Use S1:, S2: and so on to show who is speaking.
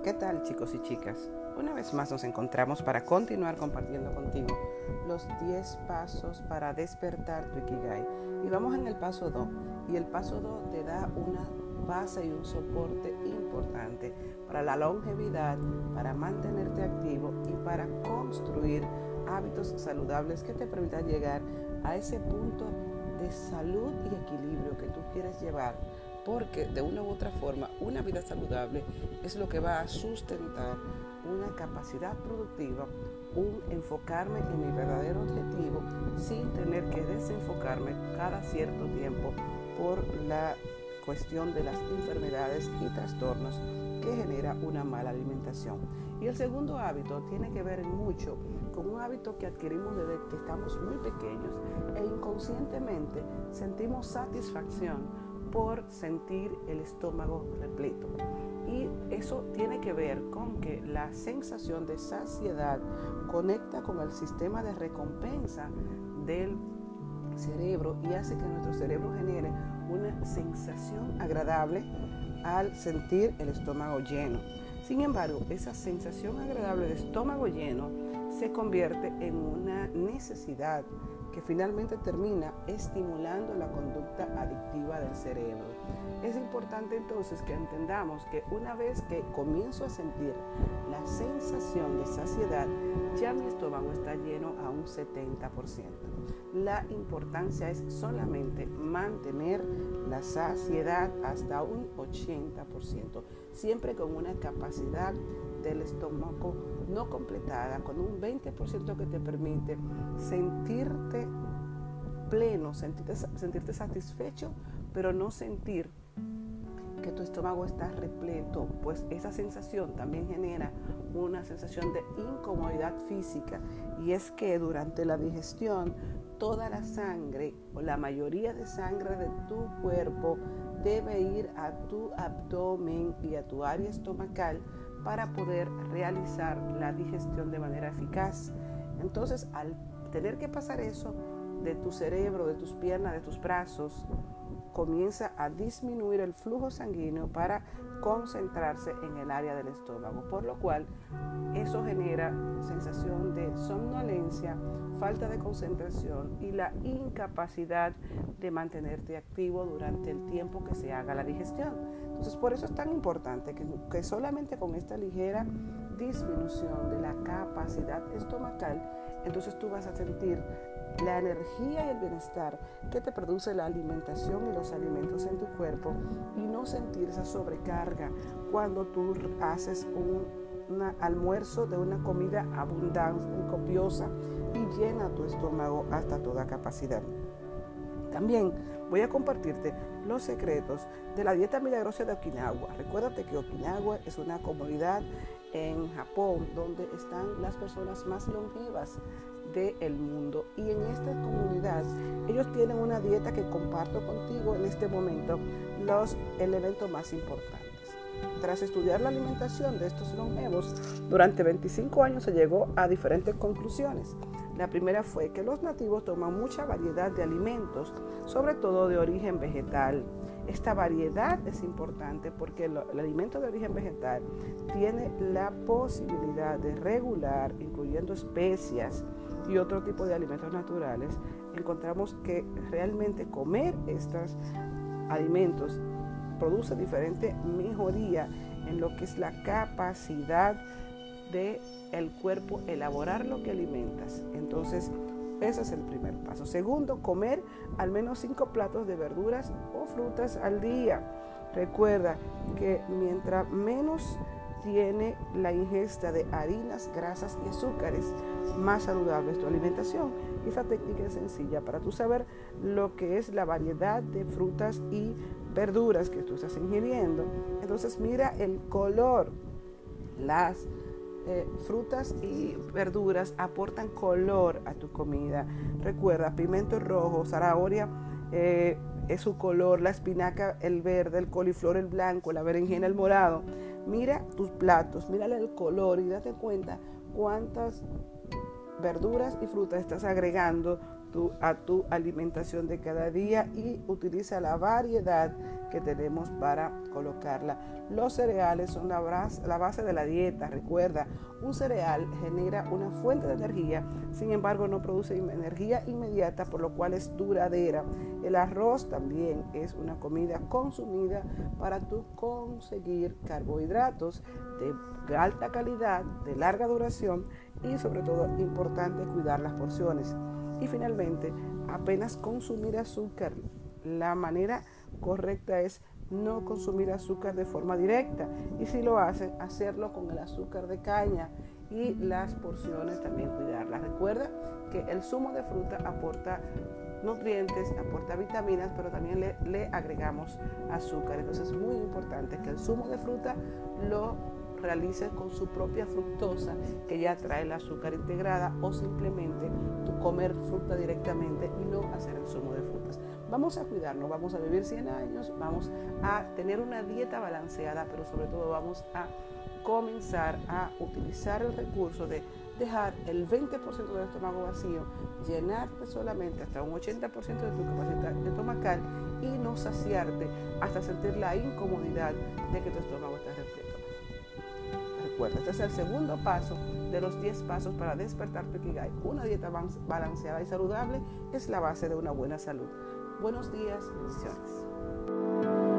S1: ¿Qué tal, chicos y chicas? Una vez más nos encontramos para continuar compartiendo contigo los 10 pasos para despertar tu Ikigai. Y vamos en el paso 2. Y el paso 2 te da una base y un soporte importante para la longevidad, para mantenerte activo y para construir hábitos saludables que te permitan llegar a ese punto de salud y equilibrio que tú quieres llevar, porque de una u otra forma una vida saludable es lo que va a sustentar una capacidad productiva, un enfocarme en mi verdadero objetivo sin tener que desenfocarme cada cierto tiempo por la cuestión de las enfermedades y trastornos que genera una mala alimentación. Y el segundo hábito tiene que ver mucho con un hábito que adquirimos desde que estamos muy pequeños e inconscientemente sentimos satisfacción por sentir el estómago repleto. Y eso tiene que ver con que la sensación de saciedad conecta con el sistema de recompensa del cerebro y hace que nuestro cerebro genere una sensación agradable al sentir el estómago lleno. Sin embargo, esa sensación agradable de estómago lleno se convierte en una necesidad que finalmente termina estimulando la conducta adictiva del cerebro. Es importante entonces que entendamos que una vez que comienzo a sentir la sensación de saciedad, ya mi estómago está lleno a un 70%. La importancia es solamente mantener la saciedad hasta un 80%, siempre con una capacidad del estómago no completada, con un 20% que te permite sentirte pleno, sentirte satisfecho, pero no sentir que tu estómago está repleto, pues esa sensación también genera una sensación de incomodidad física, y es que durante la digestión toda la sangre o la mayoría de sangre de tu cuerpo debe ir a tu abdomen y a tu área estomacal para poder realizar la digestión de manera eficaz. Entonces, al tener que pasar eso de tu cerebro, de tus piernas, de tus brazos, comienza a disminuir el flujo sanguíneo para concentrarse en el área del estómago, por lo cual eso genera sensación de somnolencia, falta de concentración y la incapacidad de mantenerte activo durante el tiempo que se haga la digestión. Entonces, por eso es tan importante que solamente con esta ligera disminución de la capacidad estomacal, entonces tú vas a sentir la energía y el bienestar que te produce la alimentación y los alimentos en tu cuerpo, y no sentir esa sobrecarga cuando tú haces un almuerzo de una comida abundante y copiosa y llena tu estómago hasta toda capacidad. También voy a compartirte los secretos de la dieta milagrosa de Okinawa. Recuérdate que Okinawa es una comunidad en Japón donde están las personas más longevas del mundo, y en esta comunidad ellos tienen una dieta que comparto contigo en este momento, los elementos más importantes. Tras estudiar la alimentación de estos longevos durante 25 años, se llegó a diferentes conclusiones. La primera fue que los nativos toman mucha variedad de alimentos, sobre todo de origen vegetal. Esta variedad es importante porque el alimento de origen vegetal tiene la posibilidad de regular, incluyendo especias y otro tipo de alimentos naturales. Encontramos que realmente comer estos alimentos produce diferente mejoría en lo que es la capacidad del cuerpo elaborar lo que alimentas. Entonces, ese es el primer paso. Segundo, comer al menos 5 platos de verduras o frutas al día. Recuerda que mientras menos tiene la ingesta de harinas, grasas y azúcares, más saludable es tu alimentación. Y esa técnica es sencilla para tú saber lo que es la variedad de frutas y verduras que tú estás ingiriendo. Entonces, mira el color. Las frutas y verduras aportan color a tu comida. Recuerda, pimiento rojo, zanahoria es su color, la espinaca el verde, el coliflor el blanco, la berenjena el morado. Mira tus platos, mírale el color y date cuenta cuántas verduras y frutas estás agregando a tu alimentación de cada día y utiliza la variedad que tenemos para colocarla. Los cereales son la base de la dieta. Recuerda, un cereal genera una fuente de energía, sin embargo no produce energía inmediata, por lo cual es duradera. El arroz también es una comida consumida para tú conseguir carbohidratos de alta calidad, de larga duración y sobre todo importante cuidar las porciones. Y finalmente, apenas consumir azúcar. La manera correcta es no consumir azúcar de forma directa, y si lo haces, hacerlo con el azúcar de caña, y las porciones también cuidarlas. Recuerda que el zumo de fruta aporta nutrientes, aporta vitaminas, pero también le agregamos azúcar. Entonces es muy importante que el zumo de fruta lo realices con su propia fructosa, que ya trae el azúcar integrada, o simplemente tú comer fruta directamente y no hacer el zumo de frutas. Vamos a cuidarnos, vamos a vivir 100 años, vamos a tener una dieta balanceada, pero sobre todo vamos a comenzar a utilizar el recurso de dejar el 20% del estómago vacío, llenarte solamente hasta un 80% de tu capacidad estomacal y no saciarte hasta sentir la incomodidad de que tu estómago está repleto. Recuerda, este es el segundo paso de los 10 pasos para despertar tu Ikigai. Una dieta balanceada y saludable es la base de una buena salud. Buenos días, bendiciones.